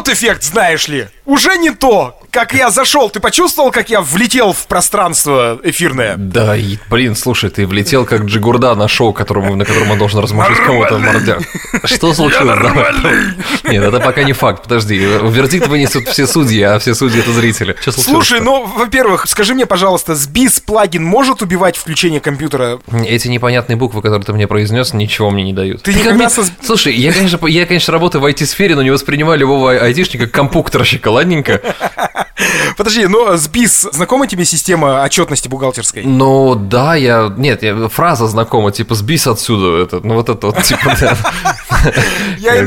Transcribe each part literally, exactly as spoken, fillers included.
тот эффект, знаешь ли, уже не то. Как я зашел, ты почувствовал, как я влетел в пространство эфирное? Да, и, блин, слушай, ты влетел как Джигурда на шоу, которому, на котором он должен размажить кому-то мордяк. Что случилось? Давай. Нет, это пока не факт, подожди. Вердикт вынесут все судьи, а все судьи — это зрители. Что случилось? Слушай, ну, во-первых, скажи мне, пожалуйста, сбис плагин может убивать включение компьютера? Эти непонятные буквы, которые ты мне произнес, ничего мне не дают. Ты, ты никогда мне... со... Слушай, я конечно, я, конечно, работаю в ай ти-сфере, но не воспринимаю любого айтишника как компьютерщика, ладненько? Подожди, ну, сбис, знакома тебе система отчетности бухгалтерской? Ну, да, я... Нет, я... фраза знакома, типа, сбис отсюда, это, ну, вот это вот, типа, да. Я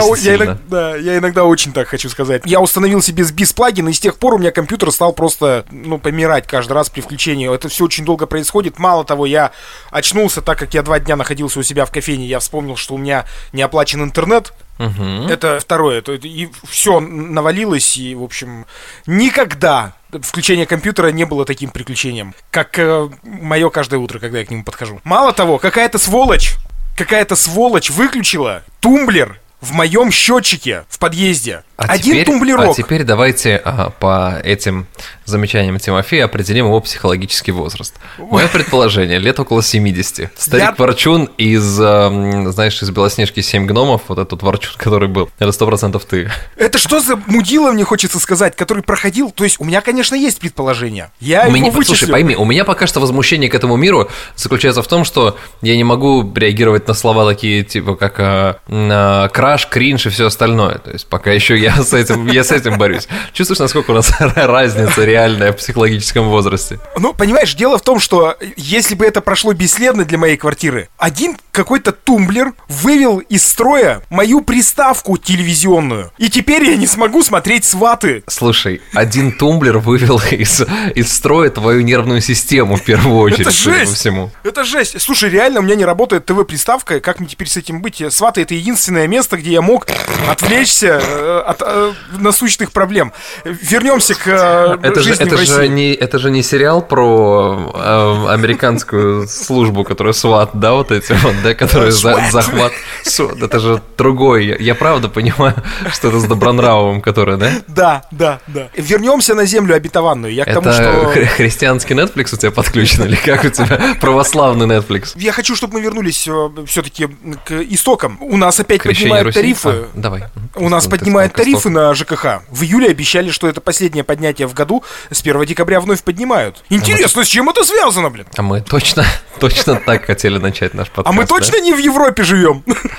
иногда очень так хочу сказать. Я установил себе сбис плагин, и с тех пор у меня компьютер стал просто, ну, помирать каждый раз при включении. Это все очень долго происходит. Мало того, я очнулся, так как я два дня находился у себя в кофейне, я вспомнил, что у меня не оплачен интернет. Угу. Это второе. И все навалилось, и, в общем, никогда включение компьютера не было таким приключением, как э, мое каждое утро, когда я к нему подхожу. Мало того, какая-то сволочь, какая-то сволочь выключила тумблер в моем счетчике в подъезде. А Один теперь, тумблерок. А теперь давайте а, по этим замечаниям Тимофея определим его психологический возраст. Мое предположение, лет около семидесяти. Старик Я... Ворчун из, а, знаешь, из «Белоснежки семь гномов», вот этот Ворчун, который был, это сто процентов ты. Это что за мудила, мне хочется сказать, который проходил? То есть у меня, конечно, есть предположение. Я у его меня, вычислил. Слушай, пойми, у меня пока что возмущение к этому миру заключается в том, что я не могу реагировать на слова такие, типа, как а, а, краш, кринж и все остальное. То есть пока еще я с этим, я с этим борюсь. Чувствуешь, насколько у нас разница реальная в психологическом возрасте? Ну, понимаешь, дело в том, что если бы это прошло бесследно для моей квартиры, один какой-то тумблер вывел из строя мою приставку телевизионную, и теперь я не смогу смотреть «Сваты». Слушай, один тумблер вывел из, из строя твою нервную систему в первую очередь. Это жесть! По всему. Это жесть! Слушай, реально, у меня не работает ТВ-приставка, как мне теперь с этим быть? «Сваты» — это единственное место, где я мог отвлечься э, от э, насущных проблем. Вернемся к э, это жизни же, это в России. Же не, это же не сериал про э, американскую службу, которая СВАТ, да, вот эти вот, да, которые за, захват. Это же другой. Я, я правда понимаю, что это с Добронравовым, который, да? Да, да, да. Вернемся на землю обетованную. Я к это тому, что... хри- христианский Netflix у тебя подключен или как у тебя православный Netflix? Я хочу, чтобы мы вернулись э, все-таки к истокам. У нас опять Крещение поднимают Руси? тарифы. А, давай. У нас Ты поднимают сказал, тарифы на ЖКХ. В июле обещали, что это последнее поднятие в году. С первого декабря вновь поднимают. Интересно, а с чем это связано, блин? А мы точно, точно так хотели начать наш подкаст. А мы точно да? не в Европе живем?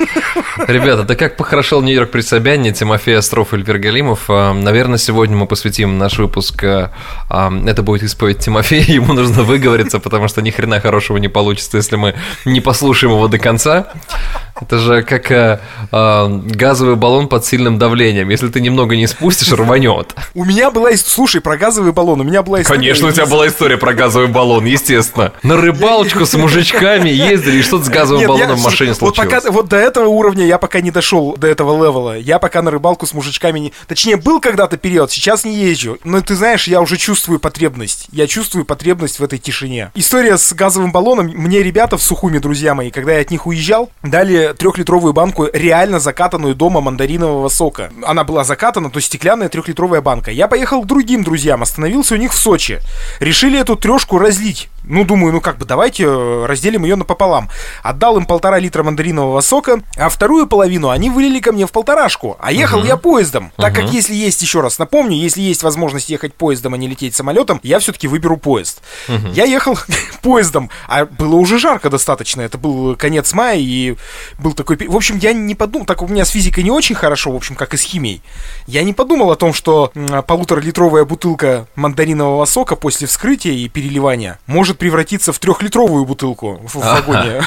Ребята, да как похорошел Нью-Йорк при Собянине, Тимофей Остров и Эльвир Галимов. Наверное, сегодня мы посвятим наш выпуск. Это будет исповедь Тимофея. Ему нужно выговориться, потому что ни хрена хорошего не получится, если мы не послушаем его до конца. Это же как э, э, газовый баллон под сильным давлением. Если ты немного не спустишь, рванет. У меня была история... Слушай, про газовый баллон. У меня была история... Конечно, у тебя была история про газовый баллон, естественно. На рыбалочку с мужичками ездили, и что-то с газовым Нет, баллоном я, в машине вот случилось. Пока, вот до этого уровня я пока не дошел, до этого левела. Я пока на рыбалку с мужичками не... Точнее, был когда-то период, сейчас не езжу. Но ты знаешь, я уже чувствую потребность. Я чувствую потребность в этой тишине. История с газовым баллоном. Мне ребята в Сухуми, друзья мои, когда я от них уезжал, дали трехлитровую банку реально закатанную дома мандаринового сока. Она была закатана, то стеклянная трехлитровая банка. Я поехал к другим друзьям, остановился у них в Сочи. Решили эту трешку разлить. Ну, думаю, ну как бы, давайте разделим ее напополам. Отдал им полтора литра мандаринового сока, а вторую половину они вылили ко мне в полторашку. А ехал uh-huh. я поездом. Так uh-huh. как если есть, еще раз напомню, если есть возможность ехать поездом, а не лететь самолетом, я все-таки выберу поезд. Uh-huh. Я ехал поездом, а было уже жарко достаточно. Это был конец мая, и был такой... В общем, я не подумал, так у меня с физикой не очень хорошо, в общем, как и с химией. Я не подумал о том, что полуторалитровая бутылка мандаринового сока после вскрытия и переливания может превратиться в трехлитровую бутылку в, в вагоне.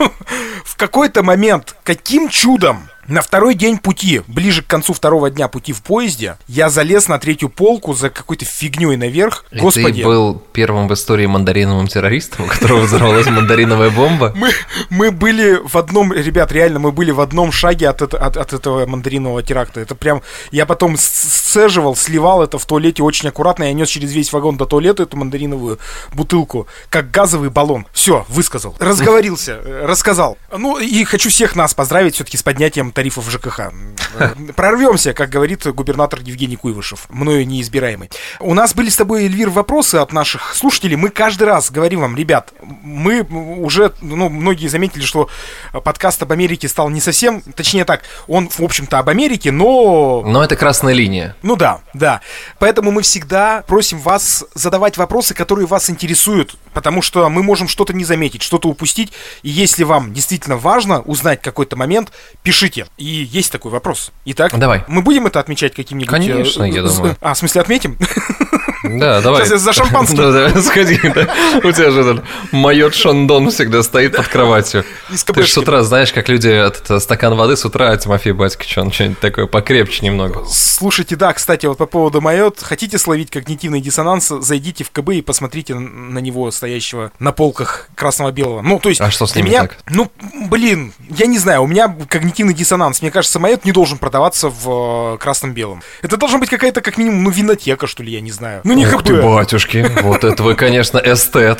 В какой-то момент, каким чудом, на второй день пути, ближе к концу второго дня пути в поезде, я залез на третью полку за какой-то фигней наверх. И Господи. ты был первым в истории мандариновым террористом, у которого взорвалась мандариновая бомба? Мы, мы были в одном, ребят, реально, мы были в одном шаге от, от, от этого мандаринового теракта. Это прям, я потом сцеживал, сливал это в туалете очень аккуратно, я нес через весь вагон до туалета эту мандариновую бутылку, как газовый баллон. Все, высказал, разговорился, рассказал. Ну и хочу всех нас поздравить все-таки с поднятием тарифов ЖКХ. Прорвемся, как говорит губернатор Евгений Куйвышев, мною неизбираемый. У нас были с тобой, Эльвир, вопросы от наших слушателей. Мы каждый раз говорим вам, ребят, мы уже, ну, многие заметили, что подкаст об Америке стал не совсем, точнее так, он, в общем-то, об Америке, но... Но это красная линия. Ну да, да. Поэтому мы всегда просим вас задавать вопросы, которые вас интересуют, потому что мы можем что-то не заметить, что-то упустить, и если вам действительно важно узнать какой-то момент, пишите. И есть такой вопрос. Итак, давай. Мы будем это отмечать каким-нибудь... Конечно, я думаю. А, в смысле, отметим? Да, давай. Сейчас я за шампанским. Да, да, сходи, да. У тебя же этот майот Шандон всегда стоит под кроватью. Ты же с утра знаешь, как люди этот стакан воды с утра, а Тимофей Батькович, он что-нибудь такое покрепче немного. Слушайте, да, кстати, вот по поводу майот, хотите словить когнитивный диссонанс, зайдите в КБ и посмотрите на него, стоящего на полках красного-белого. Ну, то есть... А что с ним меня, так? Ну, блин, я не знаю, у меня когнитивный диссонанс. Мне кажется, майот не должен продаваться в э, красном-белом. Это должна быть какая-то, как минимум, ну, винотека, что ли, я не знаю. Ну, не Ух ты, батюшки, вот это вы, конечно, эстет.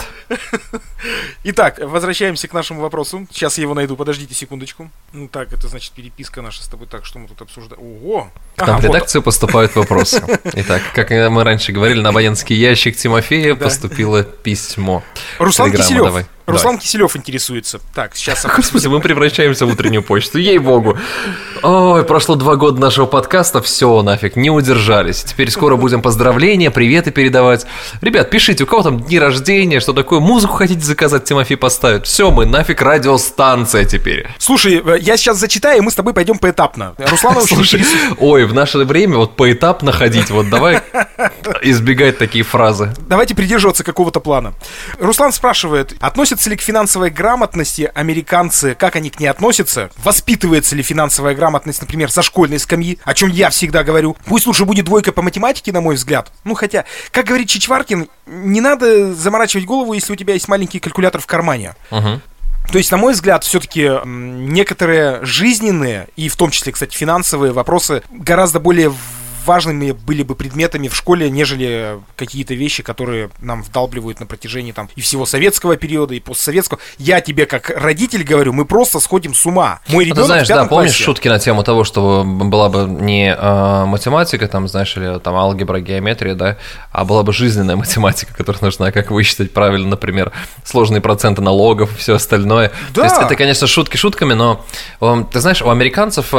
Итак, возвращаемся к нашему вопросу. Сейчас я его найду, подождите секундочку. Ну так, это значит переписка наша с тобой. Так, что мы тут обсуждаем? Ого! К нам в редакцию поступают вопросы. Итак, как мы раньше говорили, на абонентский ящик Тимофея поступило письмо. Руслан Киселев. Руслан Киселев интересуется. Так, сейчас... Господи, мы превращаемся в утреннюю почту, ей-богу. Ой, прошло два года нашего подкаста, все нафиг, не удержались. Теперь скоро будем поздравления, приветы передавать. Ребят, пишите, у кого там дни рождения, что такое, музыку хотите заказать, Тимофей поставит. Все, мы нафиг радиостанция теперь. Слушай, я сейчас зачитаю, и мы с тобой пойдем поэтапно. Руслан очень интересует. Ой, в наше время вот поэтапно ходить, вот давай избегать такие фразы. Давайте придерживаться какого-то плана. Руслан спрашивает, относится ли к финансовой грамотности американцы, как они к ней относятся? Воспитывается ли финансовая грамотность, например, со школьной скамьи? О чем я всегда говорю. Пусть лучше будет двойка по математике, на мой взгляд. Ну, хотя, как говорит Чичваркин, не надо заморачивать голову, если у тебя есть маленький калькулятор в кармане. Угу. То есть, на мой взгляд, все-таки некоторые жизненные, и в том числе, кстати, финансовые вопросы гораздо более важными были бы предметами в школе, нежели какие-то вещи, которые нам вдалбливают на протяжении там и всего советского периода, и постсоветского. Я тебе как родитель говорю, мы просто сходим с ума. Мой ребенок, ты знаешь, в пятом да, помнишь классе. шутки на тему того, что была бы не э, математика, там, знаешь, или там алгебра, геометрия, да, а была бы жизненная математика, которая нужна, как высчитать правильно, например, сложные проценты налогов и все остальное. Да. То есть это, конечно, шутки шутками, но э, ты знаешь, у американцев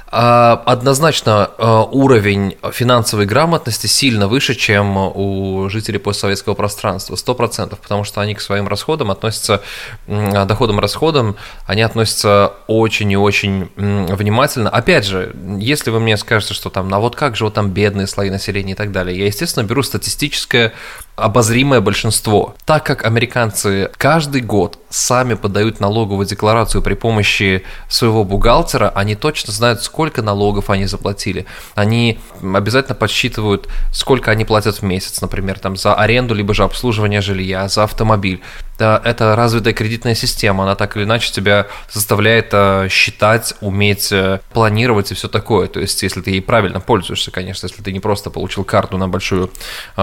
однозначно уровень финансовой грамотности сильно выше, чем у жителей постсоветского пространства, сто процентов, потому что они к своим расходам относятся, доходам и расходам, они относятся очень и очень внимательно. Опять же, если вы мне скажете, что там, ну а вот как же вот там бедные слои населения и так далее, я, естественно, беру статистическое обозримое большинство. Так как американцы каждый год сами подают налоговую декларацию при помощи своего бухгалтера, они точно знают, сколько налогов они заплатили. Они обязательно подсчитывают, сколько они платят в месяц, например, там, за аренду, либо же обслуживание жилья, за автомобиль. Да, это развитая кредитная система, она так или иначе тебя заставляет считать, уметь планировать и все такое. То есть, если ты ей правильно пользуешься, конечно, если ты не просто получил карту на большую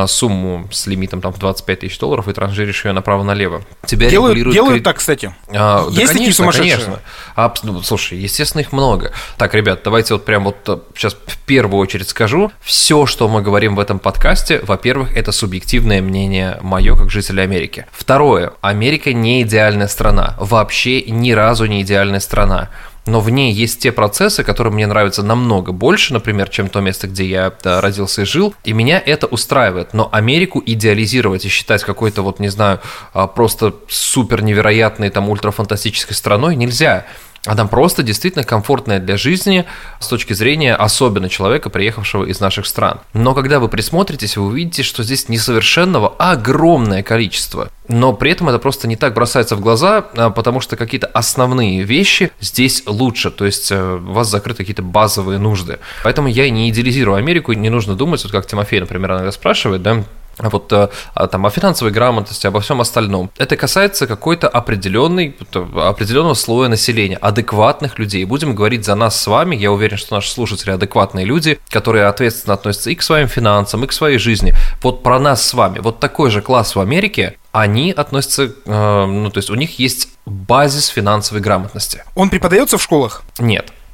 сумму с лимитом там, в двадцать пять тысяч долларов и транжиришь ее направо-налево. Тебя делают, регулируют... Делают кред... так, кстати. А, Есть да, такие конечно, сумасшедшие? Конечно. А, ну, слушай, естественно, их много. Так, ребят, давайте вот прям вот сейчас в первую очередь скажу. Все, что мы говорим в этом подкасте, во-первых, это субъективное мнение мое, как жителя Америки. Второе. Америка не идеальная страна. Вообще ни разу не идеальная страна. Но в ней есть те процессы, которые мне нравятся намного больше, например, чем то место, где я да, родился и жил, и меня это устраивает. Но Америку идеализировать и считать какой-то, вот, не знаю, просто супер невероятной, там, ультрафантастической страной нельзя. Она просто действительно комфортная для жизни с точки зрения особенно человека, приехавшего из наших стран. Но когда вы присмотритесь, вы увидите, что здесь несовершенного огромное количество. Но при этом это просто не так бросается в глаза, потому что какие-то основные вещи здесь лучше. То есть у вас закрыты какие-то базовые нужды. Поэтому я не идеализирую Америку, не нужно думать, вот как Тимофей, например, иногда спрашивает, да, вот там о финансовой грамотности, обо всем остальном. Это касается какой-то определенной, определенного слоя населения, адекватных людей. Будем говорить за нас с вами. Я уверен, что наши слушатели адекватные люди, которые ответственно относятся и к своим финансам, и к своей жизни. Вот про нас с вами. Вот такой же класс в Америке. Они относятся, э, ну то есть у них есть базис финансовой грамотности. Он преподается в школах? Нет.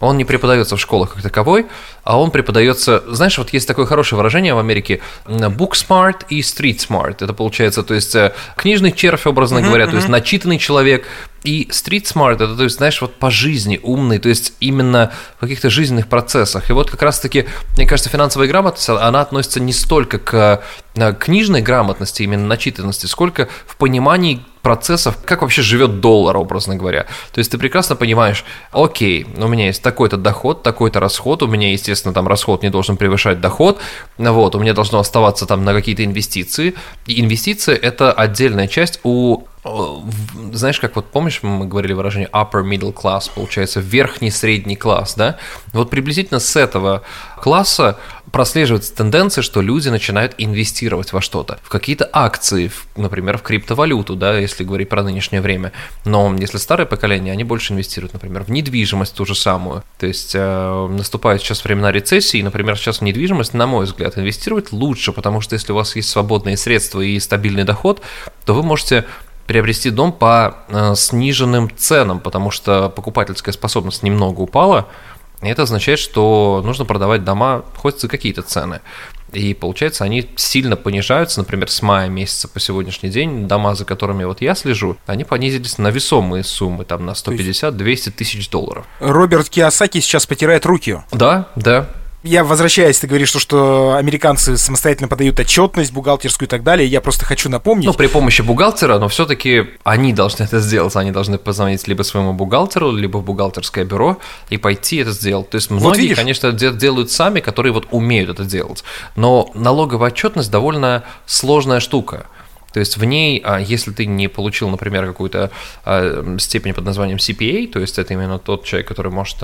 Он не преподается в школах как таковой, а он преподается... Знаешь, вот есть такое хорошее выражение в Америке: book smart и street smart. Это получается, то есть книжный червь, образно uh-huh, говоря, uh-huh. то есть начитанный человек. И street smart — это, то есть, знаешь, вот по жизни умный, то есть именно в каких-то жизненных процессах. И вот как раз-таки, мне кажется, финансовая грамотность, она относится не столько к книжной грамотности, именно начитанности, сколько в понимании процессов, как вообще живет доллар, образно говоря. То есть ты прекрасно понимаешь: окей, у меня есть такой-то доход, такой-то расход, у меня, естественно, там расход не должен превышать доход, вот, у меня должно оставаться там на какие-то инвестиции. И инвестиции – это отдельная часть у... Знаешь, как вот помнишь, мы говорили выражение upper middle class, получается, верхний средний класс, да? Вот приблизительно с этого класса прослеживается тенденция, что люди начинают инвестировать во что-то, в какие-то акции, например, в криптовалюту, да, если говорить про нынешнее время. Но если старое поколение, они больше инвестируют, например, в недвижимость ту же самую. То есть э, наступают сейчас времена рецессии, и, например, сейчас в недвижимость, на мой взгляд, инвестировать лучше, потому что если у вас есть свободные средства и стабильный доход, то вы можете приобрести дом по э, сниженным ценам, потому что покупательская способность немного упала, и это означает, что нужно продавать дома хоть за какие-то цены. И получается, они сильно понижаются, например, с мая месяца по сегодняшний день дома, за которыми вот я слежу, они понизились на весомые суммы, там на сто пятьдесят - двести тысяч долларов. Роберт Кийосаки сейчас потирает руки. Да, да. Я возвращаюсь, ты говоришь, что, что американцы самостоятельно подают отчетность бухгалтерскую и так далее. Я просто хочу напомнить. Ну, при помощи бухгалтера, но все-таки они должны это сделать. Они должны позвонить либо своему бухгалтеру, либо в бухгалтерское бюро и пойти это сделать. То есть многие, вот конечно, делают сами, которые вот умеют это делать. Но налоговая отчетность довольно сложная штука. То есть в ней, если ты не получил, например, какую-то степень под названием си пи эй, то есть это именно тот человек, который может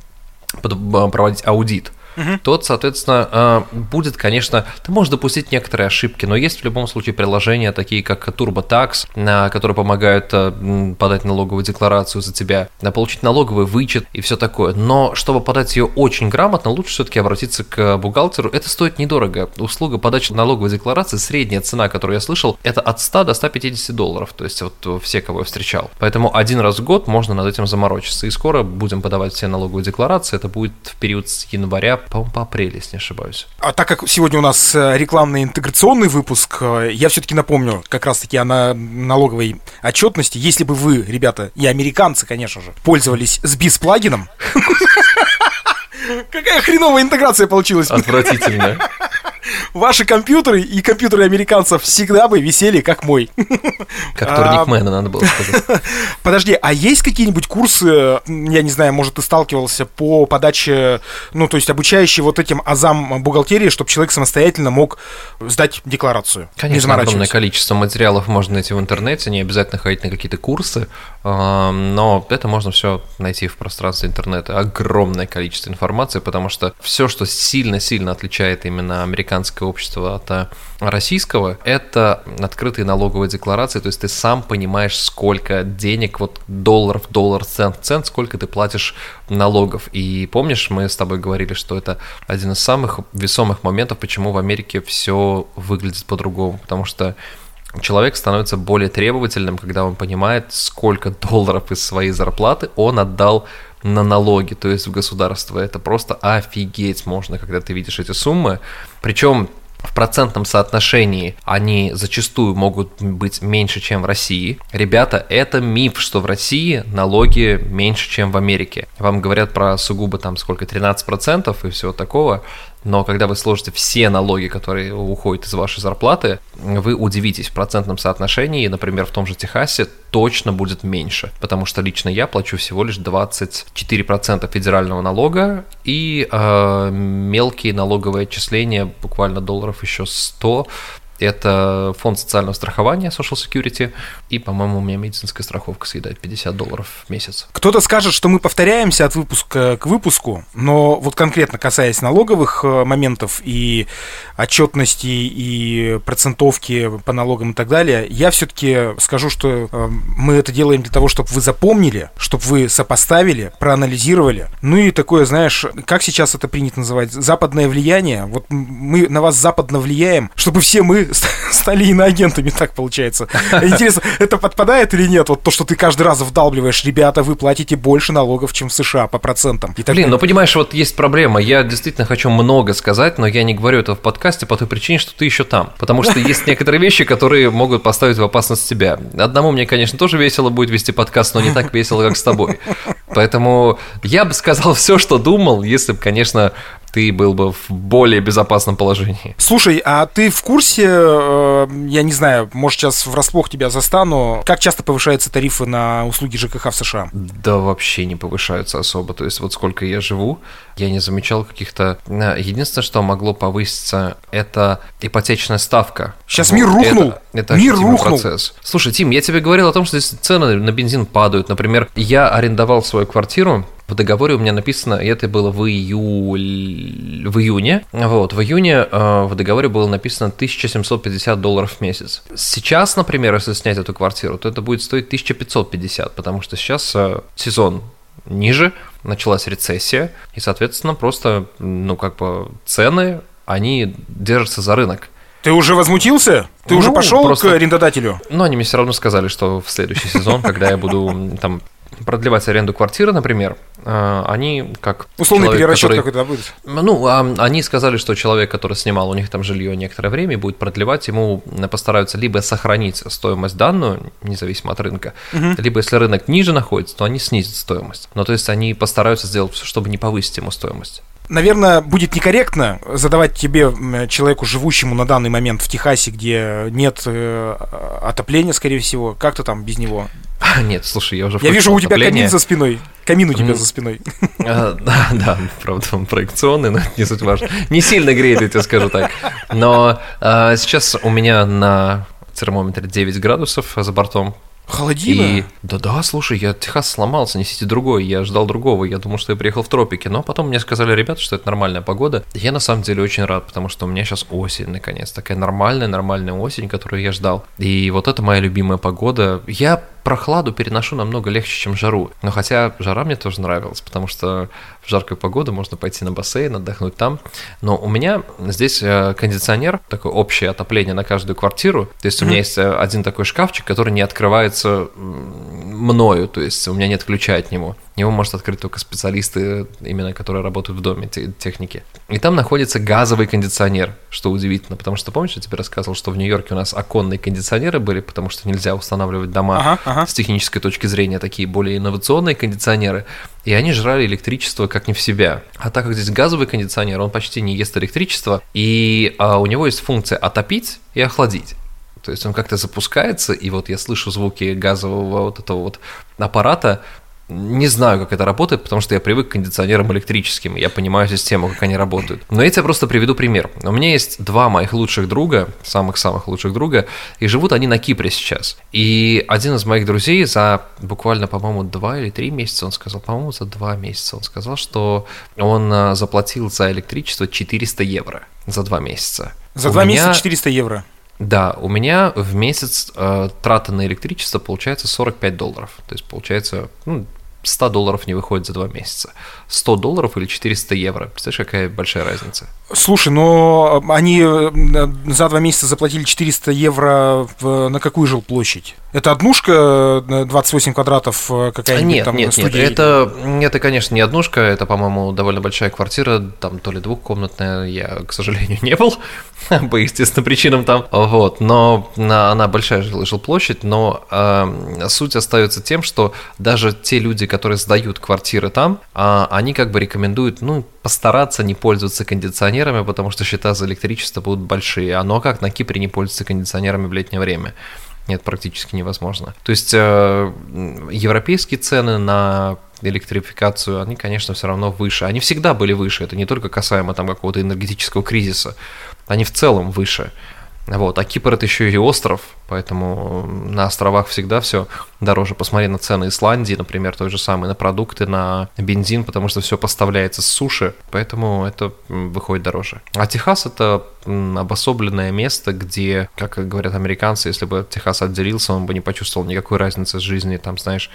проводить аудит, Uh-huh. тот, соответственно, будет, конечно, ты можешь допустить некоторые ошибки, но есть в любом случае приложения, такие как TurboTax, которые помогают подать налоговую декларацию за тебя, получить налоговый вычет и все такое. Но чтобы подать ее очень грамотно, лучше все-таки обратиться к бухгалтеру. Это стоит недорого. Услуга подачи налоговой декларации, средняя цена, которую я слышал, это от ста до ста пятидесяти долларов. То есть вот все, кого я встречал. Поэтому один раз в год можно над этим заморочиться. И скоро будем подавать все налоговые декларации. Это будет в период с января, по-моему, по апрель, если не ошибаюсь. А так как сегодня у нас рекламный интеграционный выпуск, я все-таки напомню как раз-таки о налоговой отчетности. Если бы вы, ребята, и американцы, конечно же, пользовались с биз-плагином... Какая хреновая интеграция получилась. Отвратительно. Ваши компьютеры и компьютеры американцев всегда бы висели как мой. Как турник Мэна, надо было сказать. Подожди, а есть какие-нибудь курсы, я не знаю, может, ты сталкивался по подаче, ну, то есть обучающие вот этим азам бухгалтерии, чтобы человек самостоятельно мог сдать декларацию? Конечно, огромное количество материалов можно найти в интернете, не обязательно ходить на какие-то курсы, но это можно все найти в пространстве интернета. Огромное количество информации, потому что все, что сильно-сильно отличает именно американское общество от российского, это открытые налоговые декларации, то есть ты сам понимаешь, сколько денег, вот долларов, доллар, цент, цент, сколько ты платишь налогов. И помнишь, мы с тобой говорили, что это один из самых весомых моментов, почему в Америке все выглядит по-другому, потому что человек становится более требовательным, когда он понимает, сколько долларов из своей зарплаты он отдал на налоги, то есть в государство. Это просто офигеть можно, когда ты видишь эти суммы. Причем в процентном соотношении они зачастую могут быть меньше, чем в России. Ребята, это миф, что в России налоги меньше, чем в Америке. Вам говорят про сугубо там сколько, тринадцать процентов и всего такого. Но когда вы сложите все налоги, которые уходят из вашей зарплаты, вы удивитесь, в процентном соотношении, например, в том же Техасе точно будет меньше, потому что лично я плачу всего лишь двадцать четыре процента федерального налога и э, мелкие налоговые отчисления, буквально долларов еще сто. Это фонд социального страхования, Social Security, и, по-моему, у меня медицинская страховка съедает пятьдесят долларов в месяц. Кто-то скажет, что мы повторяемся от выпуска к выпуску, но вот конкретно касаясь налоговых моментов и отчетности, и процентовки по налогам и так далее, я все-таки скажу, что мы это делаем для того, чтобы вы запомнили, чтобы вы сопоставили, проанализировали. Ну и такое, знаешь, как сейчас это принято называть, западное влияние. Вот мы на вас западно влияем, чтобы все мы мы стали иноагентами, так получается. Интересно, это подпадает или нет? Вот то, что ты каждый раз вдалбливаешь, ребята, вы платите больше налогов, чем в США по процентам. И Блин, ну понимаешь, вот есть проблема. Я действительно хочу много сказать, но я не говорю этого в подкасте по той причине, что ты еще там. Потому что есть некоторые вещи, которые могут поставить в опасность тебя. Одному мне, конечно, тоже весело будет вести подкаст, но не так весело, как с тобой. Поэтому я бы сказал все, что думал, если бы, конечно, ты был бы в более безопасном положении. Слушай, а ты в курсе, э, я не знаю, может, сейчас врасплох тебя застану, как часто повышаются тарифы на услуги ЖКХ в США? Да вообще не повышаются особо. То есть вот сколько я живу, я не замечал каких-то... Единственное, что могло повыситься, это ипотечная ставка. Сейчас вот. мир рухнул. Это, это мир рухнул. Процесс. Слушай, Тим, я тебе говорил о том, что здесь цены на бензин падают. Например, я арендовал свою квартиру, в договоре у меня написано, и это было в июль... в июне, вот, в июне э, в договоре было написано тысяча семьсот пятьдесят долларов в месяц. Сейчас, например, если снять эту квартиру, то это будет стоить тысяча пятьсот пятьдесят, потому что сейчас э, сезон ниже, началась рецессия, и, соответственно, просто, ну, как бы цены, они держатся за рынок. Ты уже возмутился? Ты ну, уже пошел просто... к арендодателю? Ну, они мне все равно сказали, что в следующий сезон, когда я буду там продлевать аренду квартиры, например, они как условный человек, перерасчет который... какой-то будет? Ну, они сказали, что человек, который снимал у них там жилье некоторое время и будет продлевать, ему постараются либо сохранить стоимость данную, независимо от рынка, угу. либо если рынок ниже находится, то они снизят стоимость. Но то есть они постараются сделать все, чтобы не повысить ему стоимость. Наверное, будет некорректно задавать тебе, человеку, живущему на данный момент в Техасе, где нет э, отопления, скорее всего. Как ты там без него? Нет, слушай, я уже... Я вижу, у тебя камин за спиной. Камин у тебя за спиной. Да, да, правда, он проекционный, но не суть важно. Не сильно греет, я тебе скажу так. Но сейчас у меня на термометре девять градусов за бортом. Холодина? И да-да, слушай, я Техас сломался, несите другой, я ждал другого, я думал, что я приехал в тропики, но потом мне сказали ребята, что это нормальная погода. Я на самом деле очень рад, потому что у меня сейчас осень, наконец, такая нормальная, нормальная осень, которую я ждал. И вот это моя любимая погода. Я прохладу переношу намного легче, чем жару. Но хотя жара мне тоже нравилась, потому что в жаркую погоду можно пойти на бассейн, отдохнуть там. Но у меня здесь кондиционер, такое общее отопление на каждую квартиру. То есть у меня есть один такой шкафчик, который не открывается мною, то есть у меня нет ключа от него. Его может открыть только специалисты, именно которые работают в доме, техники. И там находится газовый кондиционер, что удивительно, потому что, помнишь, я тебе рассказывал, что в Нью-Йорке у нас оконные кондиционеры были, потому что нельзя устанавливать дома ага, ага. с технической точки зрения, такие более инновационные кондиционеры, и они жрали электричество как не в себя. А так как здесь газовый кондиционер, он почти не ест электричество, и а, у него есть функция отопить и охладить. То есть он как-то запускается, и вот я слышу звуки газового вот этого вот аппарата. Не знаю, как это работает, потому что я привык к кондиционерам электрическим, я понимаю систему, как они работают. Но я тебе просто приведу пример. У меня есть два моих лучших друга, самых-самых лучших друга, и живут они на Кипре сейчас. И один из моих друзей за буквально, по-моему, два или три месяца, он сказал, по-моему, за два месяца, он сказал, что он заплатил за электричество четыреста евро за два месяца. За два месяца четыреста евро? Да, у меня в месяц э, трата на электричество получается сорок пять долларов. То есть получается, ну, сто долларов не выходит за два месяца. сто долларов или четыреста евро. Представляешь, какая большая разница? Слушай, но они за два месяца заплатили четыреста евро в, на какую жилплощадь? Это однушка двадцать восемь квадратов какая-нибудь нет, там нет, студия? Нет, это, это, конечно, не однушка, это, по-моему, довольно большая квартира, там то ли двухкомнатная, я, к сожалению, не был, по естественным причинам там, вот, но она большая жилплощадь, но э, суть остается тем, что даже те люди, которые сдают квартиры там, э, они как бы рекомендуют, ну, постараться не пользоваться кондиционерами, потому что счета за электричество будут большие, а ну а как на Кипре не пользоваться кондиционерами в летнее время? Нет, практически невозможно. То есть э, европейские цены на электрификацию, они, конечно, все равно выше. Они всегда были выше, это не только касаемо там какого-то энергетического кризиса, они в целом выше. Вот. А Кипр — это еще и остров, Поэтому на островах всегда все дороже. Посмотри на цены Исландии, например, той же самой, на продукты, на бензин, потому что все поставляется с суши, поэтому это выходит дороже. А Техас — это обособленное место, где, как говорят американцы, если бы Техас отделился, он бы не почувствовал никакой разницы с жизнью, там, знаешь,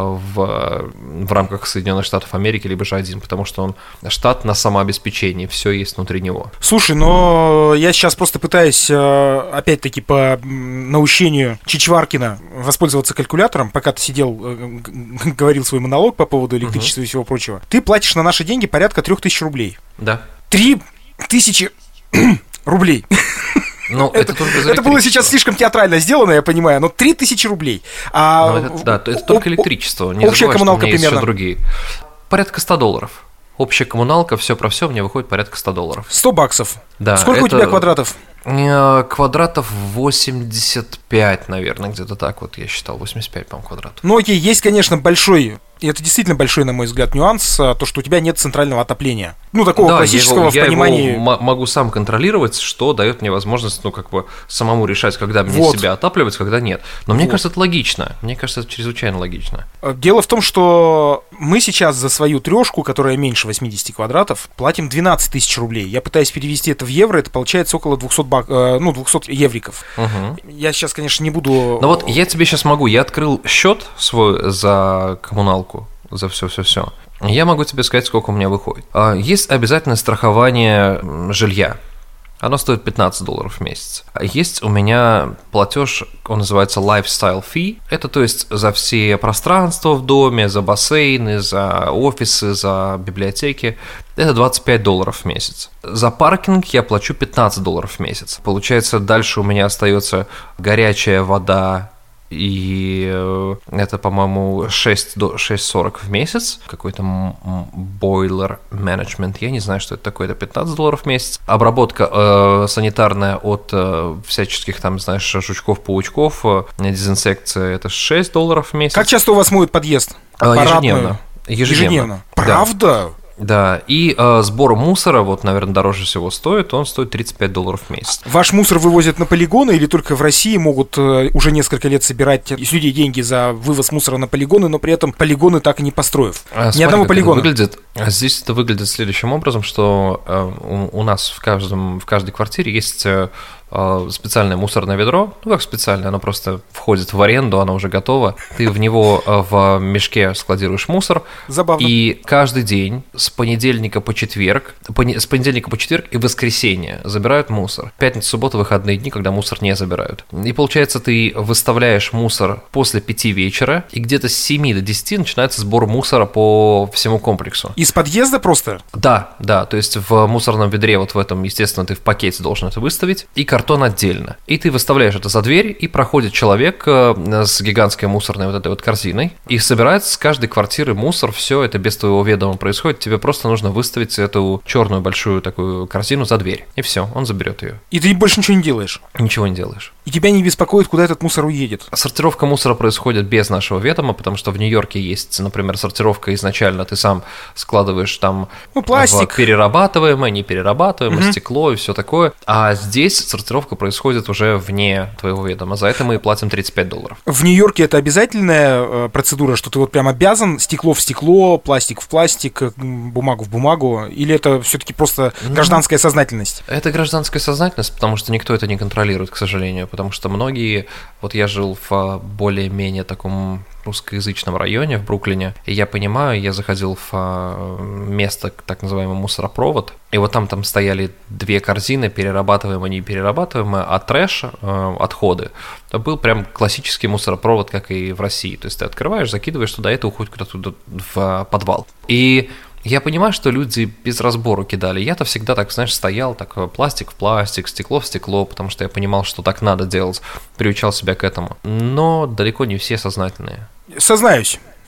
в, в рамках Соединенных Штатов Америки, либо же один, потому что он штат на самообеспечении, все есть внутри него. Слушай, но я сейчас просто пытаюсь, опять-таки, по наущению Чичваркина воспользоваться калькулятором, пока ты сидел, говорил свой монолог по поводу электричества uh-huh. и всего прочего. Ты платишь на наши деньги порядка трех тысяч рублей. Да. Три тысячи рублей. Ну, это, это, это было сейчас слишком театрально сделано, я понимаю, но три тысячи рублей. А это, да, это только электричество. Не общая забывай, коммуналка что у меня примерно. Есть еще другие. Порядка ста долларов. Общая коммуналка, все про все, мне выходит порядка ста долларов. сто баксов. Да. Сколько это... у тебя квадратов? Квадратов восемьдесят пять, наверное, где-то так вот я считал, восемьдесят пять, по-моему, квадратов. Ну окей, есть, конечно, большой, и это действительно большой, на мой взгляд, нюанс, то, что у тебя нет центрального отопления. Ну, такого да, классического я его, в понимании... Я его могу сам контролировать, что дает мне возможность, ну, как бы, самому решать, когда мне вот. себя отапливать, когда нет. Но мне вот. кажется, это логично. Мне кажется, это чрезвычайно логично. Дело в том, что мы сейчас за свою трешку, которая меньше восемьдесят квадратов, платим двенадцать тысяч рублей. Я пытаюсь перевести это в евро, это получается около двухсот, бак... ну, двухсот евриков. Угу. Я сейчас, конечно, не буду... Ну вот я тебе сейчас могу, я открыл счет свой за коммуналку, за все-все-все. Я могу тебе сказать, сколько у меня выходит. Есть обязательное страхование жилья. Оно стоит пятнадцать долларов в месяц. Есть у меня платеж, он называется Lifestyle Fee. Это, то есть, за все пространства в доме, за бассейны, за офисы, за библиотеки. Это двадцать пять долларов в месяц. За паркинг я плачу пятнадцать долларов в месяц. Получается, дальше у меня остается горячая вода, и это, по-моему, шесть сорок в месяц. Какой-то бойлер менеджмент. Я не знаю, что это такое. Это пятнадцать долларов в месяц. Обработка э, санитарная от э, всяческих, там, знаешь, жучков-паучков. Дезинсекция — это шесть долларов в месяц. Как часто у вас моют подъезд? Ежедневно. Ежедневно. Ежедневно. Правда? Да. Да, и э, сбор мусора, вот, наверное, дороже всего стоит, он стоит тридцать пять долларов в месяц. Ваш мусор вывозят на полигоны или только в России могут э, уже несколько лет собирать с людей деньги за вывоз мусора на полигоны, но при этом полигоны так и не построив? А, Ни смотри, одного полигона. Это выглядит, здесь это выглядит следующим образом, что э, у, у нас в, каждом, в каждой квартире есть... Э, специальное мусорное ведро, ну как специальное, оно просто входит в аренду, оно уже готово, ты в него в мешке складируешь мусор. Забавно. И каждый день с понедельника по четверг, с понедельника по четверг и воскресенье забирают мусор. Пятница, суббота, выходные дни, когда мусор не забирают. И получается, ты выставляешь мусор после пяти вечера, и где-то с семи до десяти начинается сбор мусора по всему комплексу. Из подъезда просто? Да, да, то есть в мусорном ведре, вот в этом, естественно, ты в пакете должен это выставить, и картон отдельно. И ты выставляешь это за дверь, и проходит человек с гигантской мусорной вот этой вот корзиной, и собирает с каждой квартиры мусор, все это без твоего ведома происходит, тебе просто нужно выставить эту черную большую такую корзину за дверь, и все, он заберет ее. И ты больше ничего не делаешь? Ничего не делаешь. И тебя не беспокоит, куда этот мусор уедет? Сортировка мусора происходит без нашего ведома, потому что в Нью-Йорке есть, например, сортировка изначально, ты сам складываешь там ну, пластик, перерабатываемое, неперерабатываемое, угу. стекло и все такое, а здесь сортировка происходит уже вне твоего ведома, за это мы платим тридцать пять долларов. В Нью-Йорке это обязательная э, процедура, что ты вот прям обязан стекло в стекло, пластик в пластик, бумагу в бумагу, или это все-таки просто гражданская ну, сознательность? Это гражданская сознательность, потому что никто это не контролирует, к сожалению, потому что многие, вот я жил в более-менее таком русскоязычном районе в Бруклине, и я понимаю, я заходил в место, так называемый мусоропровод, и вот там там стояли две корзины, перерабатываемые, неперерабатываемые, а трэш, э, отходы, это был прям классический мусоропровод, как и в России, то есть ты открываешь, закидываешь туда, это уходит куда-то туда в подвал. И я понимаю, что люди без разбору кидали. Я-то всегда так, знаешь, стоял, так, пластик в пластик, стекло в стекло, потому что я понимал, что так надо делать, приучал себя к этому. Но далеко не все сознательные. Сознаюсь,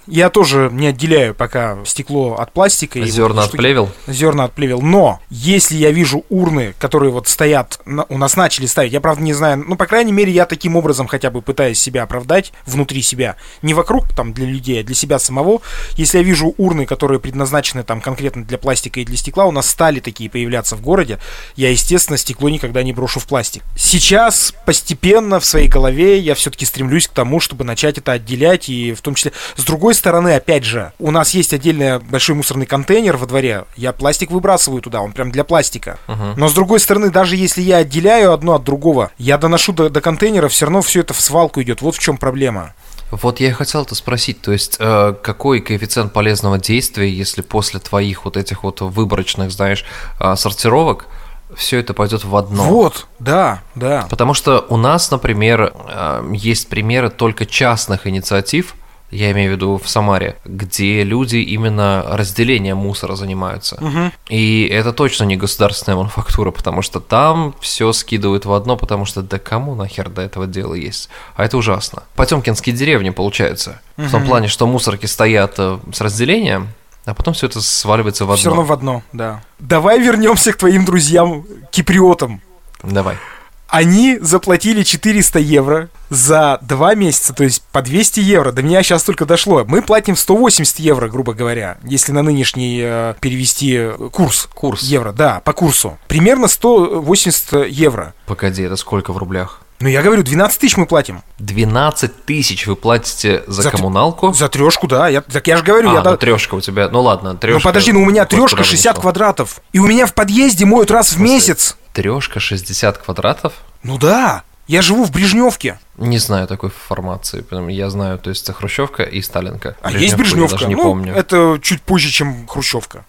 Я тоже не отделяю пока стекло от пластика. И зерна вот от плевел? Зерна от плевел. Но если я вижу урны, которые вот стоят, у нас начали ставить, я правда не знаю, ну, по крайней мере, я таким образом хотя бы пытаюсь себя оправдать внутри себя. Не вокруг там для людей, а для себя самого. Если я вижу урны, которые предназначены там конкретно для пластика и для стекла, у нас стали такие появляться в городе, я, естественно, стекло никогда не брошу в пластик. Сейчас постепенно в своей голове я все-таки стремлюсь к тому, чтобы начать это отделять, и в том числе с другой стороны, опять же, у нас есть отдельный большой мусорный контейнер во дворе, я пластик выбрасываю туда, он прям для пластика. Uh-huh. Но с другой стороны, даже если я отделяю одно от другого, я доношу до, до контейнера, все равно все это в свалку идет. Вот в чем проблема. Вот я и хотел это спросить, то есть э, какой коэффициент полезного действия, если после твоих вот этих вот выборочных, знаешь, э, сортировок все это пойдет в одно. Вот, да, да. Потому что у нас, например, э, есть примеры только частных инициатив, я имею в виду в Самаре, где люди именно разделением мусора занимаются. Угу. И это точно не государственная мануфактура, потому что там все скидывают в одно, потому что да кому нахер до этого дела есть? А это ужасно. Потемкинские деревни, получается. Угу. В том плане, что мусорки стоят с разделением, а потом все это сваливается в одно. Все равно в одно, да. Давай вернемся к твоим друзьям, киприотам. Давай. Они заплатили четыреста евро за два месяца, то есть по двести евро. До меня сейчас только дошло. Мы платим сто восемьдесят евро, грубо говоря, если на нынешний э, перевести курс. Курс. Евро, да, по курсу. Примерно сто восемьдесят евро. Погоди, это сколько в рублях? Ну, я говорю, двенадцать тысяч мы платим. двенадцать тысяч вы платите за, за коммуналку? За трешку, да. Я, так я же говорю. А, я ну да... трешка у тебя. Ну ладно, трешка. Ну подожди, ну у меня трешка шестьдесят квадратов. И у меня в подъезде моют раз в месяц. Трешка шестьдесят квадратов? Ну да. Я живу в Брежневке. Не знаю такой формации. Я знаю, то есть Хрущевка и Сталинка. А есть Брежневка? Я даже не ну, помню. Это чуть позже, чем Хрущевка.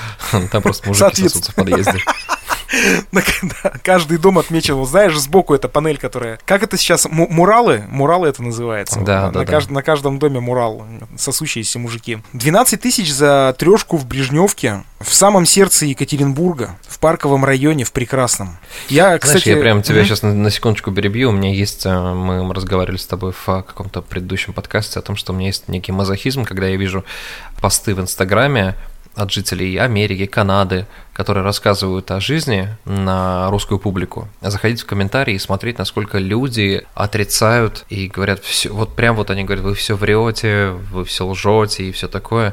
Там просто мужики сосутся в подъезде. Каждый дом отмечен, вот знаешь, сбоку эта панель, которая... Как это сейчас? Муралы? Муралы это называется. Да, да, да. На каждом доме мурал. Сосущиеся мужики. двенадцать тысяч за трешку в Брежневке. В самом сердце Екатеринбурга. В парковом районе, в прекрасном. Я, кстати... Знаешь, я прям тебя сейчас на секундочку перебью. У меня есть... Мы разговаривали с тобой в каком-то предыдущем подкасте о том, что у меня есть некий мазохизм, когда я вижу посты в Инстаграме от жителей Америки, Канады, которые рассказывают о жизни на русскую публику, заходить в комментарии и смотреть, насколько люди отрицают и говорят, все, вот прям вот они говорят, вы все врете, вы все лжете и все такое.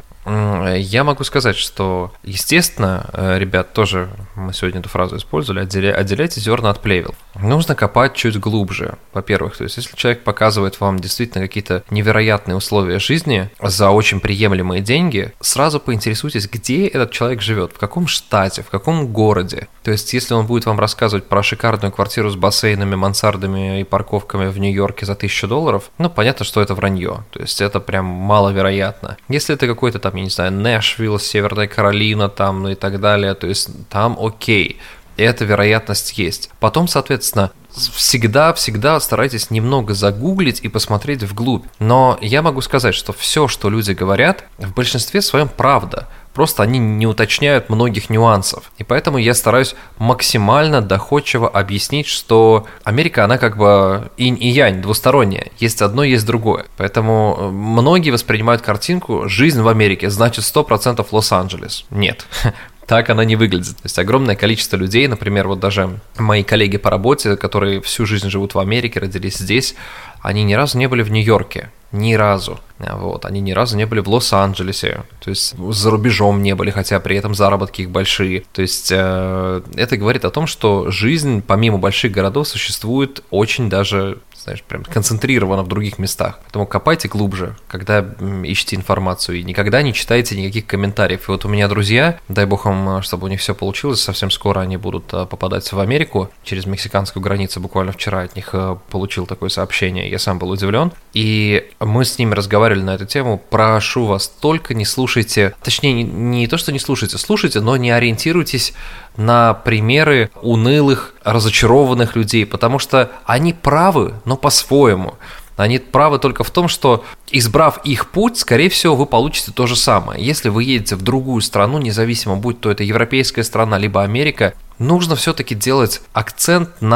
Я могу сказать, что, естественно, ребят, тоже мы сегодня эту фразу использовали, отделя, отделяйте зерна от плевел. Нужно копать чуть глубже, во-первых. То есть, если человек показывает вам действительно какие-то невероятные условия жизни за очень приемлемые деньги, сразу поинтересуйтесь, где этот человек живет, в каком штате, в каком городе. То есть, если он будет вам рассказывать про шикарную квартиру с бассейнами, мансардами и парковками в Нью-Йорке за тысячу долларов, ну, понятно, что это вранье. То есть, это прям маловероятно. Если это какой-то там, я не знаю, Нэшвилл, Северная Каролина там, ну и так далее, то есть там окей, эта вероятность есть. Потом, соответственно, всегда-всегда старайтесь немного загуглить и посмотреть вглубь. Но я могу сказать, что все, что люди говорят, в большинстве своем правда. Просто они не уточняют многих нюансов. И поэтому я стараюсь максимально доходчиво объяснить, что Америка, она как бы инь и янь, двусторонняя. Есть одно, есть другое. Поэтому многие воспринимают картинку «жизнь в Америке» значит сто процентов Лос-Анджелес. Нет. Так она не выглядит. То есть огромное количество людей, например, вот даже мои коллеги по работе, которые всю жизнь живут в Америке, родились здесь, они ни разу не были в Нью-Йорке. Ни разу. Вот. Они ни разу не были в Лос-Анджелесе. То есть за рубежом не были, хотя при этом заработки их большие. То есть э, это говорит о том, что жизнь помимо больших городов существует очень даже, знаешь, прям концентрирована в других местах. Поэтому копайте глубже, когда ищете информацию, и никогда не читайте никаких комментариев. И вот у меня друзья, дай бог им, чтобы у них все получилось, совсем скоро они будут попадать в Америку через мексиканскую границу. Буквально вчера от них получил такое сообщение, я сам был удивлен. И мы с ними разговаривали на эту тему. Прошу вас, только не слушайте, точнее, не, не то, что не слушайте, слушайте, но не ориентируйтесь на примеры унылых, разочарованных людей, потому что они правы, но по-своему. Они правы только в том, что, избрав их путь, скорее всего, вы получите то же самое. Если вы едете в другую страну, независимо, будь то это европейская страна, либо Америка, нужно все-таки делать акцент на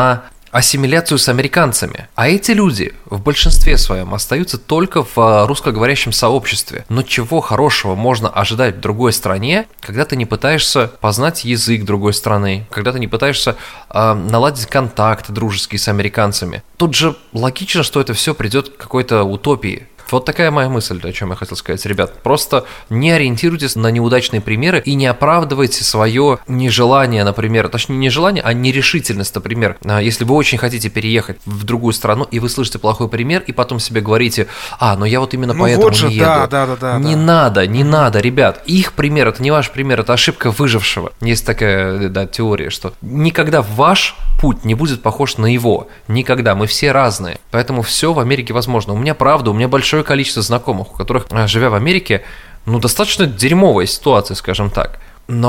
ассимиляцию с американцами. А эти люди в большинстве своем остаются только в русскоговорящем сообществе. Но чего хорошего можно ожидать в другой стране, когда ты не пытаешься познать язык другой страны, когда ты не пытаешься э, наладить контакт дружеский с американцами? Тут же логично, что это все придет к какой-то утопии. Вот такая моя мысль, о чем я хотел сказать, ребят. Просто не ориентируйтесь на неудачные примеры и не оправдывайте свое нежелание, например, точнее не желание, а нерешительность, например. Если вы очень хотите переехать в другую страну, и вы слышите плохой пример, и потом себе говорите: а, но я вот именно ну поэтому вот же, не еду. Да, да, да, да, не да. надо, не надо, ребят. Их пример, это не ваш пример, это ошибка выжившего. Есть такая, да, теория, что никогда ваш путь не будет похож на его. Никогда. Мы все разные. Поэтому все в Америке возможно. У меня правда, у меня большое количество знакомых, у которых, живя в Америке, ну, достаточно дерьмовая ситуация, скажем так.